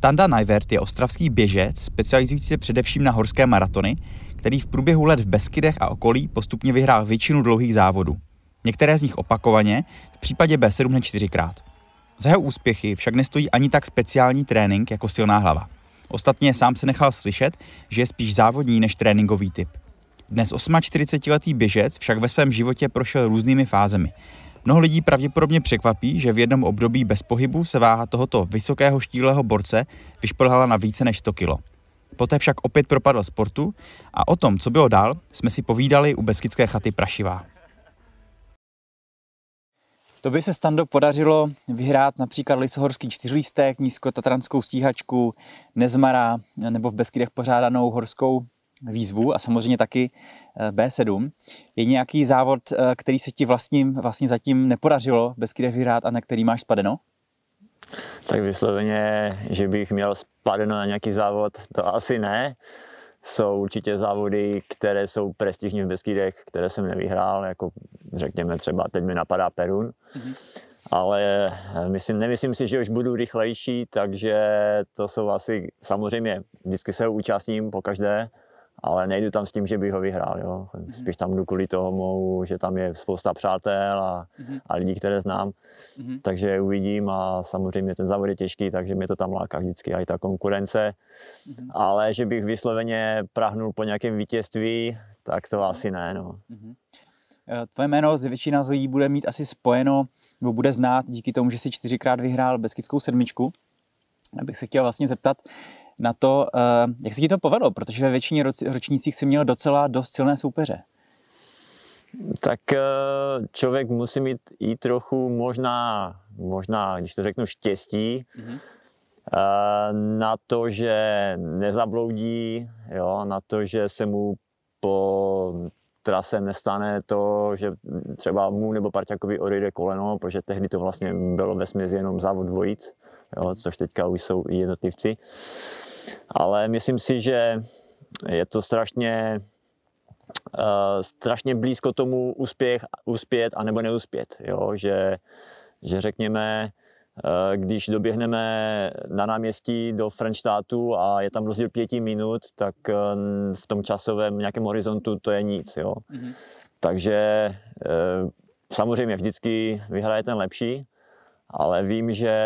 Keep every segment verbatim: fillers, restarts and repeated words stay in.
Standa Najvert je ostravský běžec, specializující se především na horské maratony, který v průběhu let v Beskydech a okolí postupně vyhrál většinu dlouhých závodů. Některé z nich opakovaně, v případě bé sedm hned čtyřikrát. Za jeho úspěchy však nestojí ani tak speciální trénink jako silná hlava. Ostatně sám se nechal slyšet, že je spíš závodní než tréninkový typ. Dnes čtyřicetiosmiletý běžec však ve svém životě prošel různými fázemi. Mnoho lidí pravděpodobně překvapí, že v jednom období bez pohybu se váha tohoto vysokého štíhlého borce vyšplhala na více než sto kilo. Poté však opět propadl sportu a o tom, co bylo dál, jsme si povídali u beskydské chaty Prašivá. To by se, Stando, podařilo vyhrát například Lisohorský čtyřlístek, nízkotatranskou stíhačku, Nezmara nebo v Beskydech pořádanou horskou výzvu a samozřejmě taky bé sedm. Je nějaký závod, který se ti vlastním, vlastně zatím nepodařilo v Beskydech vyhrát a na který máš spadeno? Tak vysloveně, že bych měl spadeno na nějaký závod, to asi ne. Jsou určitě závody, které jsou prestižní v Beskydech, které jsem nevyhrál, jako řekněme třeba teď mi napadá Perun. Mm-hmm. Ale myslím, nemyslím si, že už budu rychlejší, takže to jsou asi, samozřejmě vždycky se ho účastním po každé, ale nejdu tam s tím, že bych ho vyhrál. Jo. Spíš tam jdu kvůli tomu, že tam je spousta přátel a, mm-hmm. a lidí, které znám. Mm-hmm. Takže uvidím a samozřejmě ten závod je těžký, takže mě to tam láká vždycky i ta konkurence. Mm-hmm. Ale že bych vysloveně prahnul po nějakém vítězství, tak to mm-hmm. asi ne. No. Mm-hmm. Tvoje jméno z většina z lidí bude mít asi spojeno, nebo bude znát díky tomu, že jsi čtyřikrát vyhrál Beskidskou sedmičku. Abych se chtěl vlastně zeptat na to, jak se ti to povedlo, protože ve většině ročnících si měl docela dost silné soupeře. Tak člověk musí mít i trochu možná, možná, když to řeknu, štěstí, mm-hmm. na to, že nezabloudí, jo, na to, že se mu po trase nestane to, že třeba mu nebo parťákovi odejde koleno, protože tehdy to vlastně bylo vesměs jenom závod dvojic, jo, což teďka už jsou i jednotlivci. Ale myslím si, že je to strašně, uh, strašně blízko tomu úspěch, uspět a nebo neuspět. Jo? Že, že řekněme, uh, když doběhneme na náměstí do Frenštátu a je tam rozdíl pěti minut, tak uh, v tom časovém nějakém horizontu to je nic. Jo? Mm-hmm. Takže uh, samozřejmě vždycky vyhraje ten lepší, ale vím, že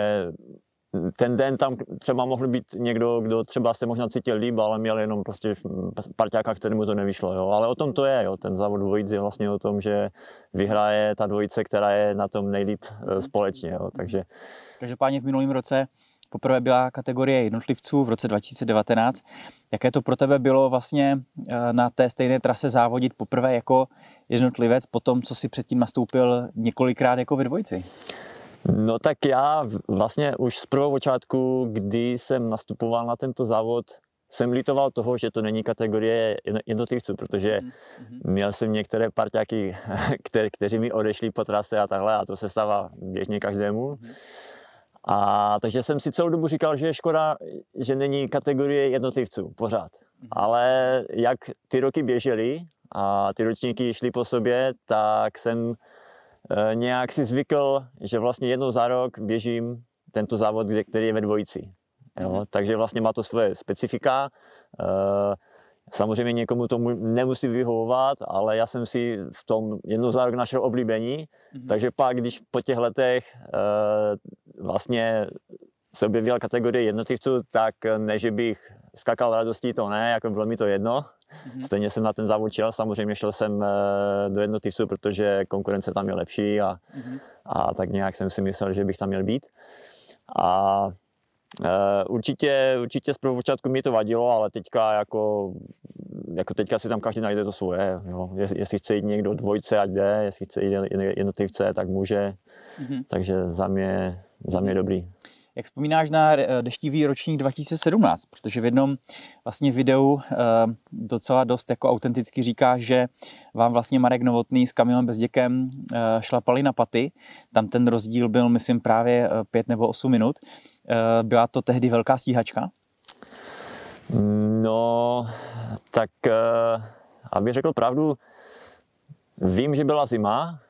ten den tam třeba mohl být někdo, kdo třeba se možná cítil líp, ale měl jenom prostě parťáka, kterému to nevyšlo. Jo. Ale o tom to je, jo. Ten závod dvojic je vlastně o tom, že vyhraje ta dvojice, která je na tom nejlíp společně. Jo. Takže... Každopádně v minulém roce poprvé byla kategorie jednotlivců v roce dva tisíce devatenáct. Jaké to pro tebe bylo vlastně na té stejné trase závodit poprvé jako jednotlivec po tom, co si předtím nastoupil několikrát jako ve dvojici? No tak já vlastně už z prvopočátku, kdy jsem nastupoval na tento závod, jsem litoval toho, že to není kategorie jednotlivců, protože mm-hmm. měl jsem některé parťáky, kter, kteří mi odešli po trase a takhle a to se stává běžně každému. Mm-hmm. A takže jsem si celou dobu říkal, že je škoda, že není kategorie jednotlivců pořád. Mm-hmm. Ale jak ty roky běžely a ty ročníky šly po sobě, tak jsem nějak si zvykl, že vlastně jednou za rok běžím tento závod, který je ve dvojici. Jo? Mm. Takže vlastně má to svoje specifika. Samozřejmě někomu tomu nemusí vyhovovat, ale já jsem si v tom jednou za rok našel oblíbení. Mm. Takže pak, když po těch letech vlastně se objevila kategorie jednotlivců, tak ne, že bych skakal radostí, to ne, jako bylo mi to jedno. Mm-hmm. Stejně jsem na ten závod šel, samozřejmě šel jsem do jednotlivců, protože konkurence tam je lepší a, mm-hmm. a tak nějak jsem si myslel, že bych tam měl být. A uh, určitě, určitě z prvopočátku mi to vadilo, ale teďka jako, jako teďka si tam každý najde to svoje. Jo. Jestli chce jít někdo dvojce, ať jde, jestli chce jít jednotlivce, tak může. Mm-hmm. Takže za mě, za mě dobrý. Jak vzpomínáš na deštivý ročník dva tisíce sedmnáct, protože v jednom vlastně videu docela dost jako autenticky říká, že vám vlastně Marek Novotný s Kamilem Bezděkem šlapali na paty. Tam ten rozdíl byl, myslím, právě pět nebo osm minut. Byla to tehdy velká stíhačka? No, tak abych řekl pravdu, vím, že byla zima.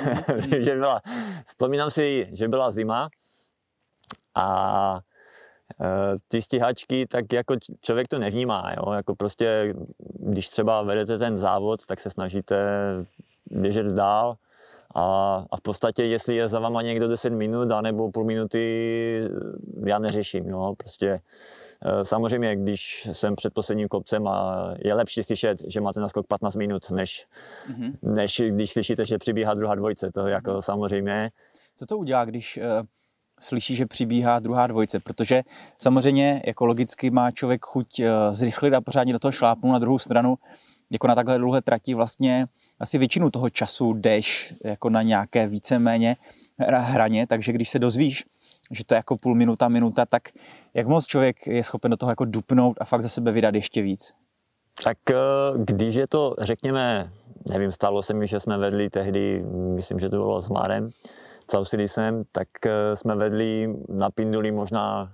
vím, že byla, vzpomínám si, že byla zima. A ty stíhačky, tak jako člověk to nevnímá, jo? Jako prostě, když třeba vedete ten závod, tak se snažíte běžet dál a, a v podstatě, jestli je za váma někdo deset minut anebo půl minuty, já neřeším, jo? Prostě samozřejmě, když jsem před posledním kopcem a je lepší slyšet, že máte naskok patnáct minut, než, mm-hmm. než když slyšíte, že přibíhá druhá dvojce, to jako mm-hmm. samozřejmě. Co to udělá, když uh, slyší, že přibíhá druhá dvojce? Protože samozřejmě jako logicky má člověk chuť uh, zrychlit a pořádně do toho šlápnout. Na druhou stranu, jako na takhle dlouhé trati vlastně asi většinu toho času jdeš jako na nějaké víceméně hraně, takže když se dozvíš, že to je jako půl minuta, minuta, tak jak moc člověk je schopen do toho jako dupnout a fakt za sebe vydat ještě víc? Tak když je to, řekněme, nevím, stalo se mi, že jsme vedli tehdy, myslím, že to bylo s Márem, Causidisem, tak jsme vedli na Pinduli možná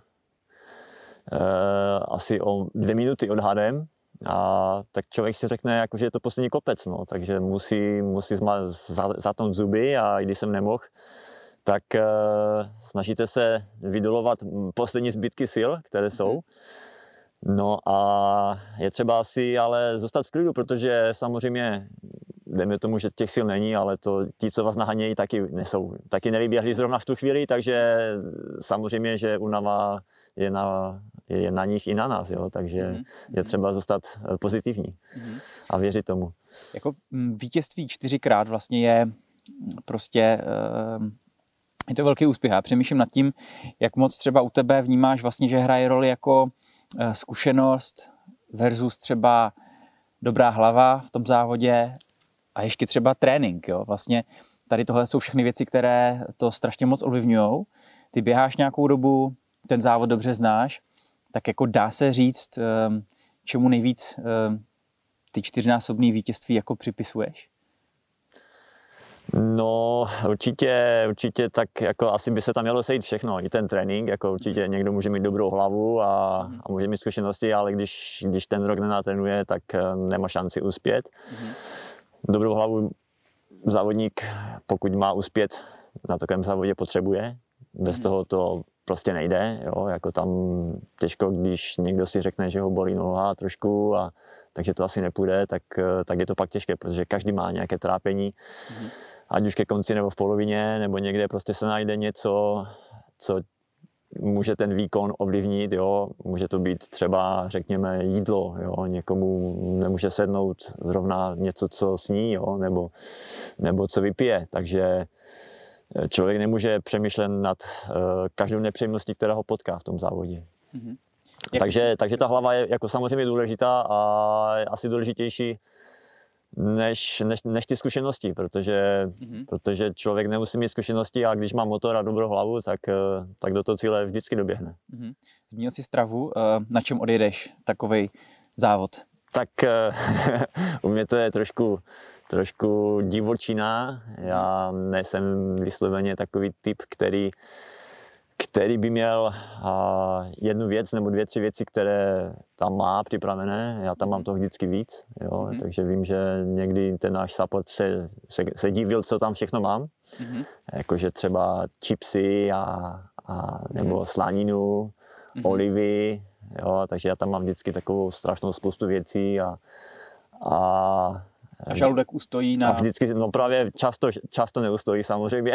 eh, asi o dvě minuty odhadem, a tak člověk si řekne, jako, že je to poslední kopec, no, takže musí, musí zatnout zuby a i když jsem nemohl, tak uh, snažíte se vydolovat poslední zbytky sil, které jsou. No a je třeba asi ale zůstat v klidu, protože samozřejmě, dejme tomu, že těch sil není, ale to ti, co vás nahánějí, taky nesou. Taky nevyběhli zrovna v tu chvíli, takže samozřejmě, že únava je na, je na nich i na nás, jo? Takže mm-hmm. je třeba zůstat pozitivní mm-hmm. a věřit tomu. Jako vítězství čtyřikrát vlastně je prostě... Uh... Je to velký úspěch. Já přemýšlím nad tím, jak moc třeba u tebe vnímáš vlastně, že hraje roli jako zkušenost versus třeba dobrá hlava v tom závodě a ještě třeba trénink. Jo? Vlastně tady tohle jsou všechny věci, které to strašně moc ovlivňují. Ty běháš nějakou dobu, ten závod dobře znáš, tak jako dá se říct, čemu nejvíc ty čtyřnásobné vítězství jako připisuješ? No, určitě, určitě tak jako asi by se tam mělo sejít všechno, i ten trénink, jako určitě někdo může mít dobrou hlavu a, a může mít zkušenosti, ale když, když ten rok nenatrénuje, tak nemá šanci uspět. Mm-hmm. Dobrou hlavu závodník, pokud má uspět, na takovém závodě potřebuje, bez mm-hmm. toho to prostě nejde, jo, jako tam těžko, když někdo si řekne, že ho bolí noha trošku a takže to asi nepůjde, tak, tak je to pak těžké, protože každý má nějaké trápení. Mm-hmm. Ať už ke konci nebo v polovině, nebo někde prostě se najde něco, co může ten výkon ovlivnit, jo. Může to být třeba, řekněme, jídlo, jo. Někomu nemůže sednout zrovna něco, co sní, jo, nebo, nebo co vypije. Takže člověk nemůže přemýšlet nad uh, každou nepříjemností, která ho potká v tom závodě. Mm-hmm. Takže, takže ta hlava je jako samozřejmě důležitá a je asi důležitější než, než, než ty zkušenosti, protože, mm-hmm. protože člověk nemusí mít zkušenosti a když má motor a dobrou hlavu, tak, tak do toho cíle vždycky doběhne. Mm-hmm. Zmínil jsi stravu, na čem odjedeš takovej závod? Tak u mě to je trošku, trošku divočina, já nejsem vysloveně takový typ, který který by měl a, jednu věc nebo dvě, tři věci, které tam má připravené. Já tam mám toho vždycky víc, jo? Mm-hmm. Takže vím, že někdy ten náš support se, se, se divil, co tam všechno mám. Mm-hmm. Jakože třeba chipsy a, a, nebo slaninu, mm-hmm. olivy, jo? Takže já tam mám vždycky takovou strašnou spoustu věcí a, a A žaludek ustojí na... A vždycky, no právě často, často neustojí samozřejmě.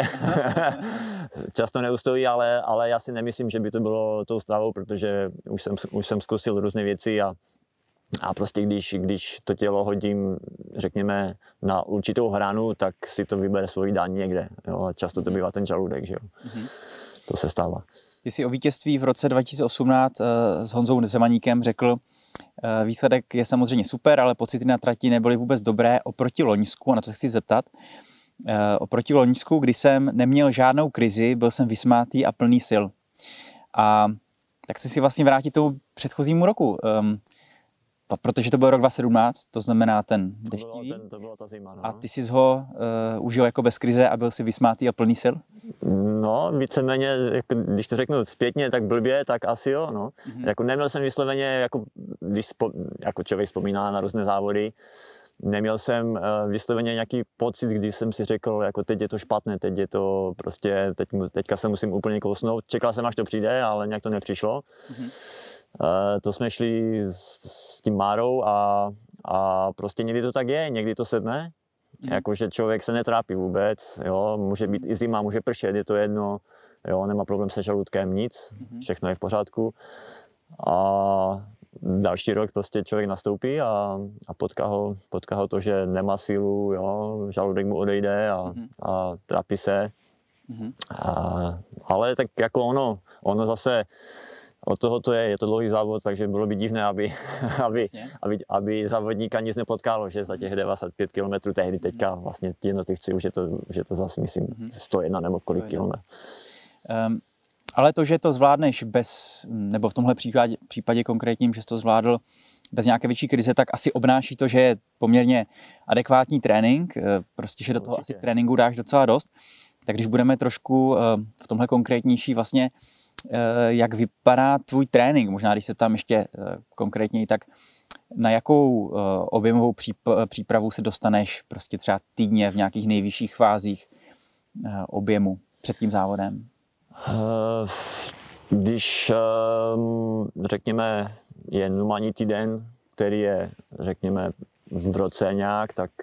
často neustojí, ale, ale já si nemyslím, že by to bylo tou stravou, protože už jsem, už jsem zkusil různé věci a, a prostě když, když to tělo hodím, řekněme, na určitou hranu, tak si to vybere svoji daň někde. Jo? A často to bývá ten žaludek, že jo. Mm-hmm. To se stává. Ty jsi o vítězství v roce dva tisíce osmnáct uh, s Honzou Zemaníkem řekl, výsledek je samozřejmě super, ale pocity na trati nebyly vůbec dobré oproti loňsku, a na to se chci zeptat. Oproti loňsku, kdy jsem neměl žádnou krizi, byl jsem vysmátý a plný sil. A tak si si vlastně vrátit tomu předchozímu roku, um, protože to byl rok dva tisíce sedmnáct, to znamená ten deštivý. To bylo, ten, to bylo ta zima, no. A ty jsi ho uh, užil jako bez krize a byl si vysmátý a plný sil? No, víceméně, jako, když to řeknu zpětně, tak blbě, tak asi jo, no. Mm-hmm. Jako neměl jsem vysloveně, jako, když spo, jako člověk vzpomíná na různé závody, neměl jsem vysloveně nějaký pocit, kdy jsem si řekl, jako teď je to špatné, teď je to prostě, teď, teďka se musím úplně kousnout. Čekal jsem, až to přijde, ale nějak to nepřišlo. Mm-hmm. Uh, to jsme šli s, s tím Márou a, a prostě někdy to tak je, někdy to sedne. Mm-hmm. Jakože člověk se netrápí vůbec, jo, může být i zima, může pršet, je to jedno, jo, nemá problém se žaludkem, nic, mm-hmm. všechno je v pořádku. A další rok prostě člověk nastoupí a, a potká, ho, potká ho to, že nemá sílu, jo, žaludek mu odejde a, mm-hmm. a trápí se. Mm-hmm. A, ale tak jako ono, ono zase od toho to je, je to dlouhý závod, takže bylo by divné, aby, aby, aby, aby závodníka nic nepotkalo, že za těch devadesát pět kilometrů tehdy teďka vlastně ti jednotlivci už je to, už je to zase myslím sto jedna nebo kolik kilometrů. Um, ale to, že to zvládneš bez, nebo v tomhle případě, případě konkrétním, že jsi to zvládl bez nějaké větší krize, tak asi obnáší to, že je poměrně adekvátní trénink, prostě, že do toho Určitě. Asi tréninku dáš docela dost. Tak když budeme trošku v tomhle konkrétnější vlastně, jak vypadá tvůj trénink, možná když se tam ještě konkrétněji, tak na jakou objemovou přípravu se dostaneš prostě třeba týdně v nějakých nejvyšších fázích objemu před tím závodem? Když řekněme je normální týden, který je řekněme v roce nějak, tak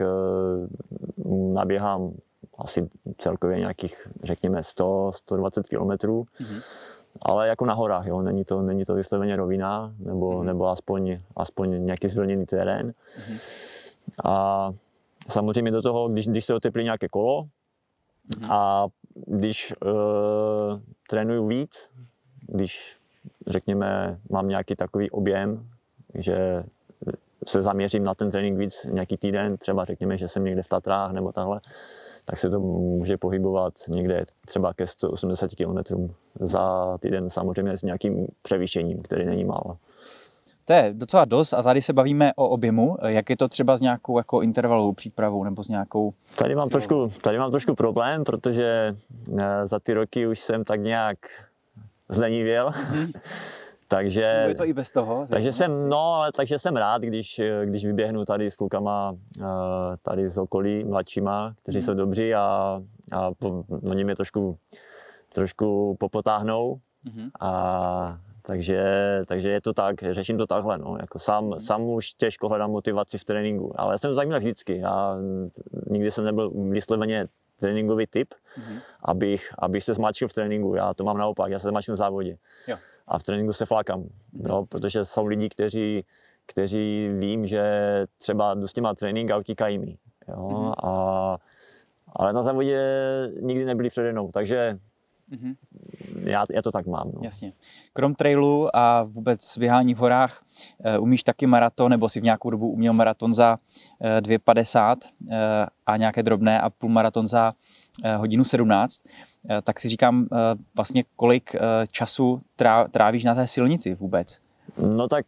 naběhám asi celkově nějakých řekněme sto, sto dvacet kilometrů. Mm-hmm. Ale jako na horách, jo, není to, není to vysloveně rovina, nebo, mm. nebo aspoň, aspoň nějaký zvlněný terén. Mm. A samozřejmě do toho, když, když se oteplí nějaké kolo mm. a když uh, trénuju víc, když řekněme mám nějaký takový objem, že se zaměřím na ten trénink víc nějaký týden, třeba řekněme, že jsem někde v Tatrách nebo takhle, tak se to může pohybovat někde třeba ke sto osmdesáti kilometrům za týden, samozřejmě s nějakým převýšením, který není málo. To je docela dost a tady se bavíme o objemu. Jak je to třeba s nějakou jako intervalovou přípravou nebo s nějakou... Tady mám, trošku, tady mám trošku problém, protože za ty roky už jsem tak nějak zlenivěl. Mm-hmm. Takže, je to i bez toho? Takže jsem, no, ale takže jsem rád, když, když vyběhnu tady s klukama tady z okolí, mladšíma, kteří mm. jsou dobří a, a po, oni mě trošku, trošku popotáhnou. Mm. A, takže, takže je to tak, řeším to takhle. No. Jako sám, mm. sám už těžko hledám motivaci v tréninku, ale já jsem to tak měl vždycky. Já nikdy jsem nebyl vysloveně tréninkový typ, mm. abych, abych se zmáčil v tréninku. Já to mám naopak, já se zmáčím v závodě. Jo. A v tréninku se flákám, no, protože jsou lidi, kteří, kteří vím, že třeba jdu s těma trénink a utíkají mi. Jo? Mm-hmm. A, ale na závodě nikdy nebyli přede mnou, takže mm-hmm. já, já to tak mám. No. Jasně. Krom trailu a vůbec běhání v horách, umíš taky maraton, nebo si v nějakou dobu uměl maraton za dvě padesát a nějaké drobné a půlmaraton za hodinu sedmnáct. Tak si říkám vlastně, kolik času trávíš na té silnici vůbec? No tak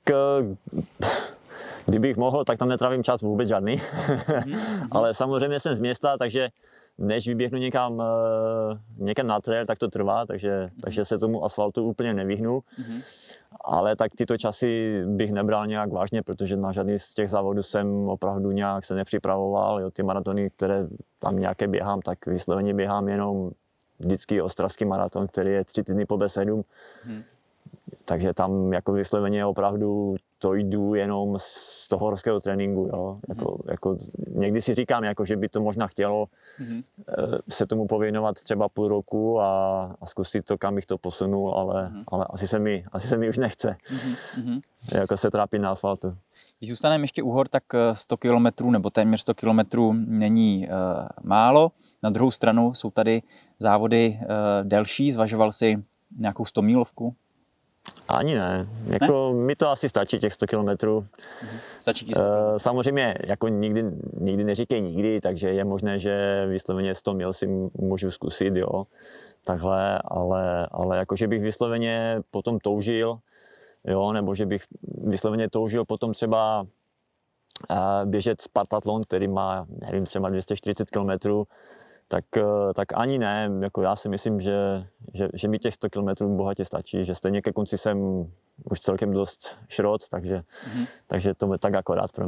kdybych mohl, tak tam netrávím čas vůbec žádný. Mm-hmm. Ale samozřejmě jsem z města, takže než vyběhnu někam, někam na trail, tak to trvá, takže, mm-hmm. takže se tomu asfaltu úplně nevyhnu. Mm-hmm. Ale tak tyto časy bych nebral nějak vážně, protože na žádný z těch závodů jsem opravdu nějak se nepřipravoval. Jo, ty maratony, které tam nějaké běhám, tak vysloveně běhám jenom vždycky ostravský maraton, který je tři týdny po bé sedm. Hmm. Takže tam jako vysloveně opravdu to jdu jenom z toho horského tréninku. Jo. Jako, hmm. jako, někdy si říkám, jako, že by to možná chtělo hmm. se tomu pověnovat třeba půl roku a, a zkusit to, kam bych to posunul, ale, hmm. ale asi, se mi, asi se mi už nechce hmm. jako se trápit na asfaltu. Když zůstaneme ještě u hor, tak sto kilometrů nebo téměř sto kilometrů není uh, málo. Na druhou stranu jsou tady závody uh, delší. Zvažoval jsi nějakou stomílovku? Ani ne. Jako, ne? Mi to asi stačí těch sto kilometrů. Stačí ti sto kilometrů. Uh, samozřejmě jako nikdy, nikdy neříkej nikdy, takže je možné, že vysloveně sto mil si můžu zkusit, jo. Takhle, ale, ale jako, že bych vysloveně potom toužil, jo, nebo že bych vysloveně toužil potom třeba uh, běžet Spartatlon, který má, nevím, třeba dvě stě čtyřicet kilometrů, tak, uh, tak ani ne. Jako já si myslím, že, že, že mi těch sto kilometrů bohatě stačí, že stejně ke konci jsem už celkem dost šrot, takže, mm-hmm. takže to je tak akorát pro mě.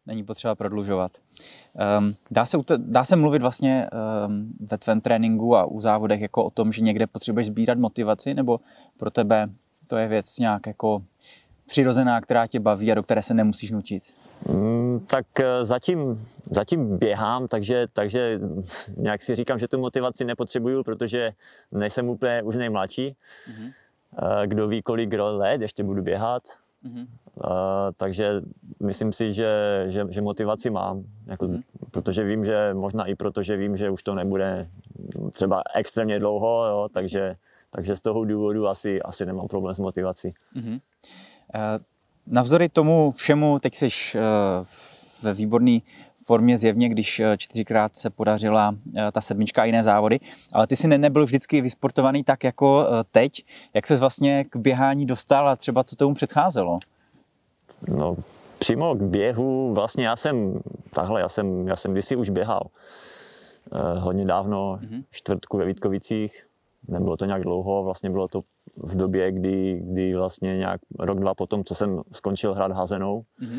není potřeba prodlužovat. Um, dá, se, dá se mluvit vlastně um, ve tvém tréninku a u závodech jako o tom, že někde potřebuješ sbírat motivaci, nebo pro tebe to je věc nějak jako přirozená, která tě baví a do které se nemusíš nutit? Mm, tak zatím, zatím běhám, takže, takže nějak si říkám, že tu motivaci nepotřebuju, protože nejsem úplně už nejmladší. Mm-hmm. Kdo ví, kolik let ještě budu běhat. Mm-hmm. Uh, takže myslím si, že, že, že motivaci mám, jako, mm-hmm. protože vím, že možná i proto, že vím, že už to nebude třeba extrémně dlouho, jo, takže, takže z toho důvodu asi, asi nemám problém s motivací. Mm-hmm. Uh, navzdory tomu všemu, teď jsi uh, ve výborné formě zjevně, když čtyřikrát se podařila uh, ta sedmička a jiné závody, ale ty jsi ne, nebyl vždycky vysportovaný tak jako uh, teď. Jak ses vlastně k běhání dostal a třeba co tomu předcházelo? No, přímo k běhu, vlastně já jsem, tahle, já jsem, já jsem kdysi už běhal. Eh, hodně dávno, mm-hmm. čtvrtku ve Vítkovicích, nebylo to nějak dlouho, vlastně bylo to v době, kdy, kdy vlastně nějak rok, dva potom, co jsem skončil hrát házenou. Mm-hmm.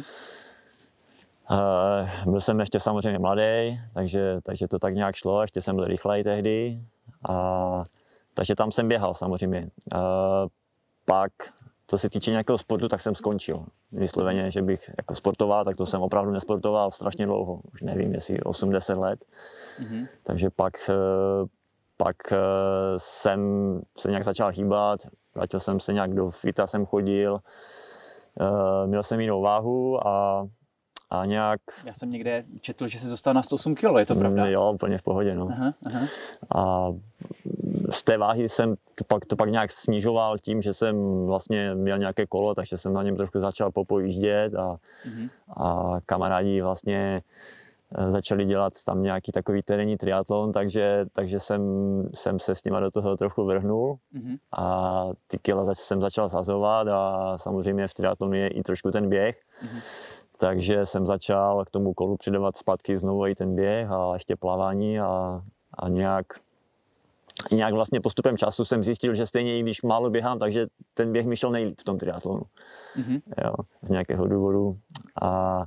Eh, byl jsem ještě samozřejmě mladý, takže, takže to tak nějak šlo, ještě jsem byl rychlej tehdy. A, takže tam jsem běhal samozřejmě. Eh, pak co se týče nějakého sportu, tak jsem skončil. Vysloveně, že bych jako sportoval, tak to jsem opravdu nesportoval strašně dlouho. Už nevím, jestli osm deset let. Mm-hmm. Takže pak, pak jsem se nějak začal hýbat, vrátil jsem se nějak do fita, jsem chodil, měl jsem jinou váhu a, a nějak... Já jsem někde četl, že jsi dostal na sto osm kilo, je to pravda? Jo, úplně v pohodě, no. Aha, aha. A z té váhy jsem to pak, to pak nějak snižoval tím, že jsem vlastně měl nějaké kolo, takže jsem na něm trošku začal popojíždět a, mm-hmm. a kamarádi vlastně začali dělat tam nějaký takový terénní triatlon, takže, takže jsem, jsem se s nima do toho trochu vrhnul mm-hmm. a ty kila jsem začal sazovat a samozřejmě v triatlonu je i trošku ten běh. Mm-hmm. Takže jsem začal k tomu kolu přidávat zpátky znovu i ten běh a ještě plavání a, a nějak Nějak vlastně postupem času jsem zjistil, že stejně i když málo běhám, takže ten běh mi šel nejlíp v tom triatlonu. Mm-hmm. Jo, z nějakého důvodu. A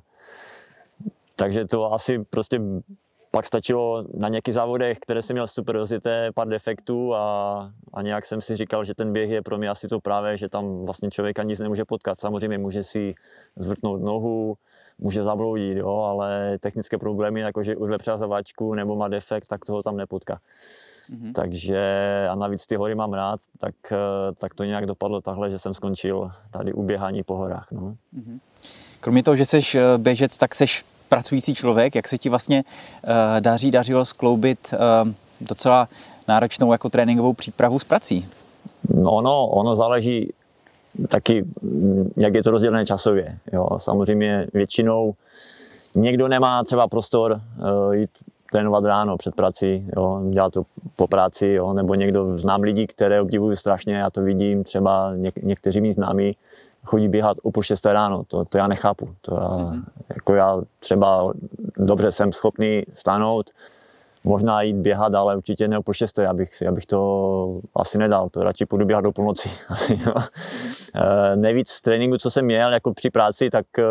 takže to asi prostě pak stačilo na nějakých závodech, které jsem měl super rozjeté, pár defektů a, a nějak jsem si říkal, že ten běh je pro mě asi to právě, že tam vlastně člověka nic nemůže potkat. Samozřejmě může si zvrtnout nohu, může zabloudit, jo, ale technické problémy, jakože už vepřázavačku nebo má defekt, tak toho tam nepotká. Mm-hmm. Takže a navíc ty hory mám rád, tak, tak to nějak dopadlo takhle, že jsem skončil tady u běhání po horách. No. Mm-hmm. Kromě toho, že jsi běžec, tak jsi pracující člověk. Jak se ti vlastně uh, daří, dařilo skloubit uh, docela náročnou jako tréninkovou přípravu s prací? No, ono, ono záleží taky, jak je to rozdělené časově. Jo. Samozřejmě většinou někdo nemá třeba prostor uh, jít trénovat ráno před prací, jo, dělat to po práci, jo, nebo někdo, znám lidi, které obdivuju strašně, já to vidím, třeba něk- někteří mý známí chodí běhat o půl šesté ráno, to, to já nechápu, to já, mm-hmm. jako já třeba dobře jsem schopný stáhnout, možná jít běhat, ale určitě ne o půl šesté, já bych, já bych to asi nedal, to radši půjdu běhat do půlnoci. Asi, jo. E, nejvíc tréninku, co jsem měl jako při práci, tak e,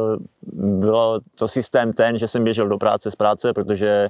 bylo to systém ten, že jsem běžel do práce z práce, protože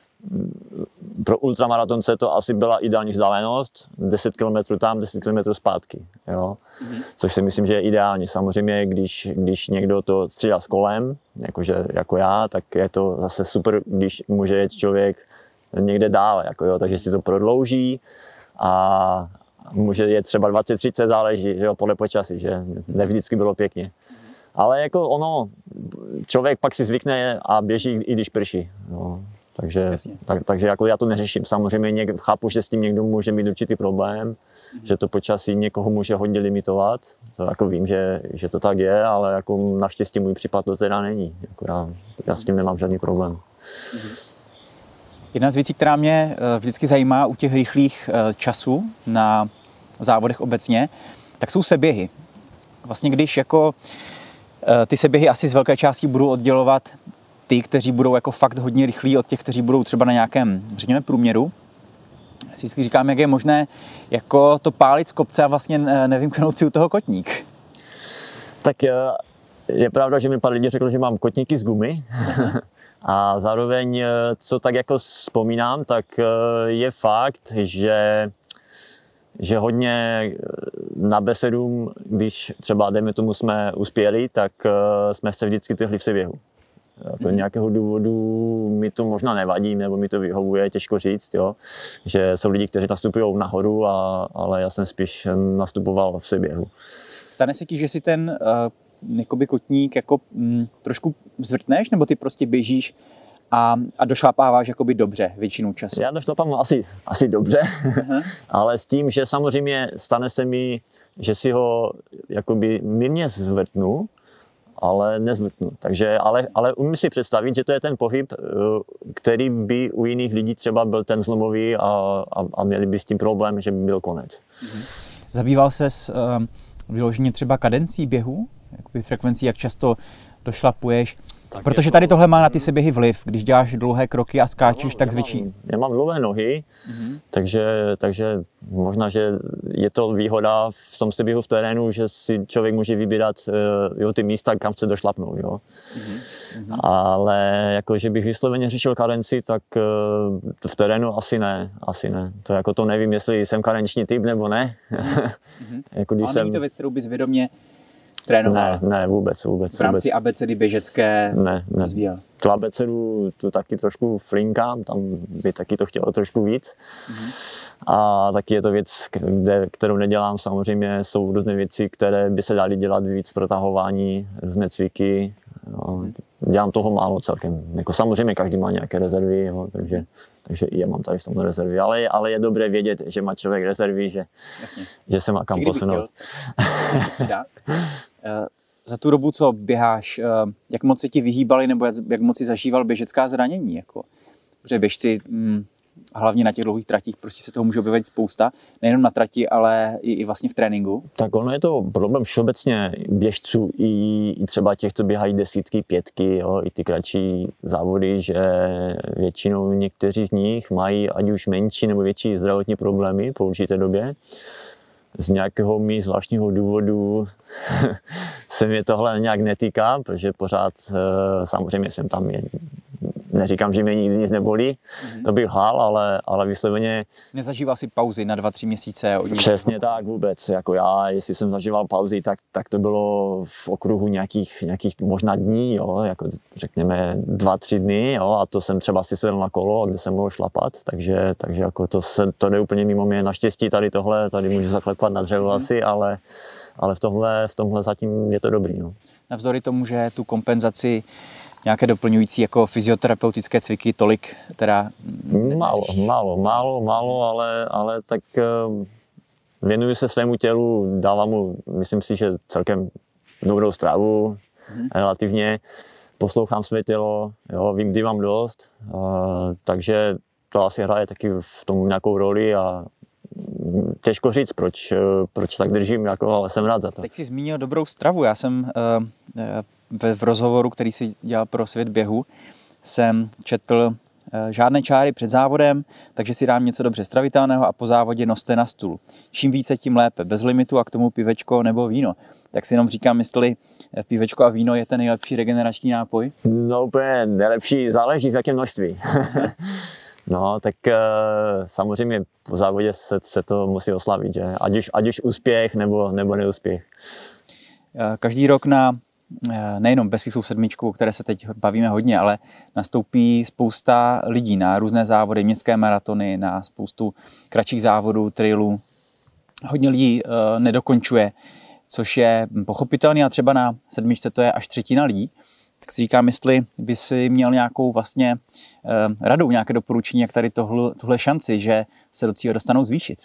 pro ultramaratonce to asi byla ideální vzdálenost, deset kilometrů tam, deset kilometrů zpátky, jo. Mm-hmm. Což si myslím, že je ideální. Samozřejmě, když, když někdo to střídá s kolem, jakože, jako já, tak je to zase super, když může jet člověk někde dál, jako jo, takže si to prodlouží a může jet třeba dvacet třicet, záleží, že jo, podle počasí, že ne vždycky bylo pěkně. Ale jako ono, člověk pak si zvykne a běží, i když prší. No. Takže, tak, takže jako já to neřeším. Samozřejmě něk, chápu, že s tím někdo může mít určitý problém, mm-hmm. že to počasí někoho může hodně limitovat. To jako vím, že, že to tak je, ale jako naštěstí můj případ to teda není. Jako já, já s tím nemám žádný problém. Mm-hmm. Jedna z věcí, která mě vždycky zajímá u těch rychlých časů na závodech obecně, tak jsou seběhy. Vlastně když jako ty seběhy asi z velké části budou oddělovat ty, kteří budou jako fakt hodně rychlí od těch, kteří budou třeba na nějakém, řekněme, průměru. Si vždycky říkám, jak je možné jako to pálit z kopce a vlastně nevymknout si u toho kotník. Tak je pravda, že mi pár lidí řeklo, že mám kotníky z gumy. A zároveň, co tak jako vzpomínám, tak je fakt, že, že hodně na bé sedm, když třeba, dejme tomu, jsme uspěli, tak jsme se vždycky trhli v seběhu. Z nějakého důvodu mi to možná nevadí, nebo mi to vyhovuje, těžko říct, jo? Že jsou lidi, kteří nastupují nahoru, a, ale já jsem spíš nastupoval v seběhu. Stane se ti, že si ten uh, jakoby kotník jako mm, trošku zvrtneš, nebo ty prostě běžíš a, a došlapáváš jakoby dobře většinu času? Já došlapám asi, asi dobře, uh-huh. ale s tím, že samozřejmě stane se mi, že si ho jakoby mírně zvrtnu, ale nezvrtnu. Takže, ale, ale umím si představit, že to je ten pohyb, který by u jiných lidí třeba byl ten zlomový a, a, a měli by s tím problém, že by byl konec. Uh-huh. Zabýval ses uh, vyloženě třeba kadencí běhu? Jakoby frekvencí, jak často došlapuješ? Tak protože tady tohle má na ty seběhy vliv. Když děláš dlouhé kroky a skáčeš, tak zvětší. Já mám dlouhé nohy, mm-hmm. takže, takže možná, že je to výhoda v tom seběhu v terénu, že si člověk může vybírat jo, ty místa, kam chce došlapnout. Jo. Mm-hmm. Ale jako, že bych vysloveně řešil karenci, tak v terénu asi ne. Asi ne. To, jako to nevím, jestli jsem karenční typ nebo ne. Mm-hmm. jako, když Ale jsem... není to věc, kterou bys vědomě trénoval? Ne, ne, vůbec, vůbec. V rámci vůbec. abecedy běžecké ne, ne. rozvíjel? Tu abecedu tu taky trošku flinkám, tam by taky to chtělo trošku víc. Mm-hmm. A taky je to věc, kde, kterou nedělám. Samozřejmě jsou různé věci, které by se daly dělat víc, protahování, různé cviky. No, dělám toho málo celkem. Jako samozřejmě každý má nějaké rezervy, jo, takže, takže i já mám tady v tomhle rezervy. Ale, ale je dobré vědět, že má člověk rezervy, že, že se má kam posunout. Za tu dobu, co běháš, jak moc se ti vyhýbali nebo jak moc si zažíval běžecká zranění? Jako? Protože běžci, hm, hlavně na těch dlouhých tratích, prostě se toho může objevit spousta. Nejenom na trati, ale i, i vlastně v tréninku. Tak ono je to problém všeobecně běžců i, i třeba těch, co běhají desítky, pětky, jo, i ty kratší závody, že většinou někteří z nich mají ať už menší nebo větší zdravotní problémy po určité době. Z nějakého mý zvláštního důvodu se mě tohle nějak netýká, protože pořád samozřejmě jsem tam, je, neříkám, že mě nikdy nic nebolí, mm-hmm. to bych lhal, ale, ale vysloveně... Nezažíval si pauzy na dva, tři měsíce? Od Přesně tak vůbec, jako já, jestli jsem zažíval pauzy, tak, tak to bylo v okruhu nějakých, nějakých možná dní, jo, jako řekněme dva, tři dny, jo, a to jsem třeba si sedl na kolo, kde jsem mohl šlapat, takže, takže jako to, se, to jde úplně mimo mě, naštěstí tady tohle, tady můžu zaklepat na dřevo mm-hmm. asi, ale, ale v tomhle, v tomhle zatím je to dobrý. No. Navzdory tomu, že tu kompenzaci nějaké doplňující jako fyzioterapeutické cviky tolik teda... Málo, málo, málo, málo, ale, ale tak uh, věnuju se svému tělu, dávám mu, myslím si, že celkem dobrou stravu, hmm. relativně, poslouchám své tělo, jo, vím, kdy mám dost, uh, takže to asi hraje taky v tom nějakou roli a těžko říct, proč, proč tak držím, jako, ale jsem rád za to. Teď jsi zmínil dobrou stravu, já jsem uh, v rozhovoru, který si dělal pro Svět běhu, jsem četl žádné čáry před závodem, takže si dám něco dobře stravitelného a po závodě noste na stůl. Čím více, tím lépe. Bez limitu a k tomu pivečko nebo víno. Tak si jenom říkám, jestli pivečko a víno je ten nejlepší regenerační nápoj? No úplně nejlepší, záleží v jakém množství. No, tak uh, samozřejmě po závodě se, se to musí oslavit, že? Ať už, ať už úspěch nebo, nebo neúspěch. Každý rok na nejenom Beskyskou sedmičku, o které se teď bavíme hodně, ale nastoupí spousta lidí na různé závody, městské maratony, na spoustu kratších závodů, trailů. Hodně lidí uh, nedokončuje, což je pochopitelné a třeba na sedmičce to je až třetina lidí. Tak si říkám, jestli by si měl nějakou vlastně uh, radu, nějaké doporučení, jak tady tohle, tuhle šanci, že se do cíle dostanou, zvýšit.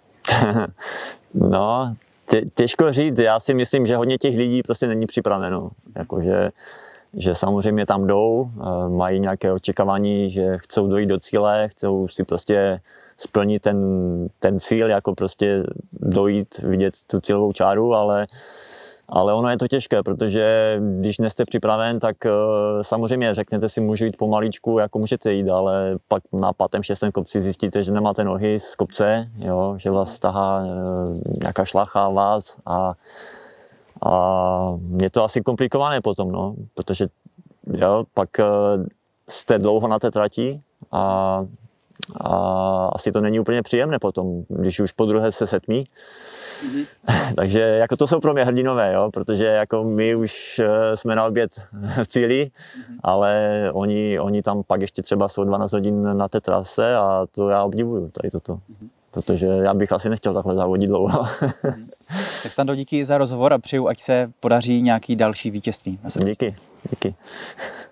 No, těžko říct, já si myslím, že hodně těch lidí prostě není připraveno. Jakože, že samozřejmě tam jdou, mají nějaké očekávání, že chcou dojít do cíle, chcou si prostě splnit ten, ten cíl, jako prostě dojít, vidět tu cílovou čáru, ale, ale ono je to těžké, protože když nejste připraven, tak samozřejmě řeknete si, můžu jít pomaličku, jako můžete jít, ale pak na pátém, šestém kopci zjistíte, že nemáte nohy z kopce, jo, že vás tahá nějaká šlacha, vás a, A je to asi komplikované potom, no, protože jo, pak jste dlouho na té trati a, a asi to není úplně příjemné potom, když už po druhé se setmí. Mm-hmm. Takže jako to jsou pro mě hrdinové, jo, protože jako my už jsme na oběd v cíli, mm-hmm. ale oni, oni tam pak ještě třeba jsou dvanáct hodin na té trase a to já obdivuju tady toto. Mm-hmm. Protože já bych asi nechtěl takhle závodit dlouho. Mm-hmm. Tak Stando, díky za rozhovor a přeju, ať se podaří nějaký další vítězství. Díky, díky.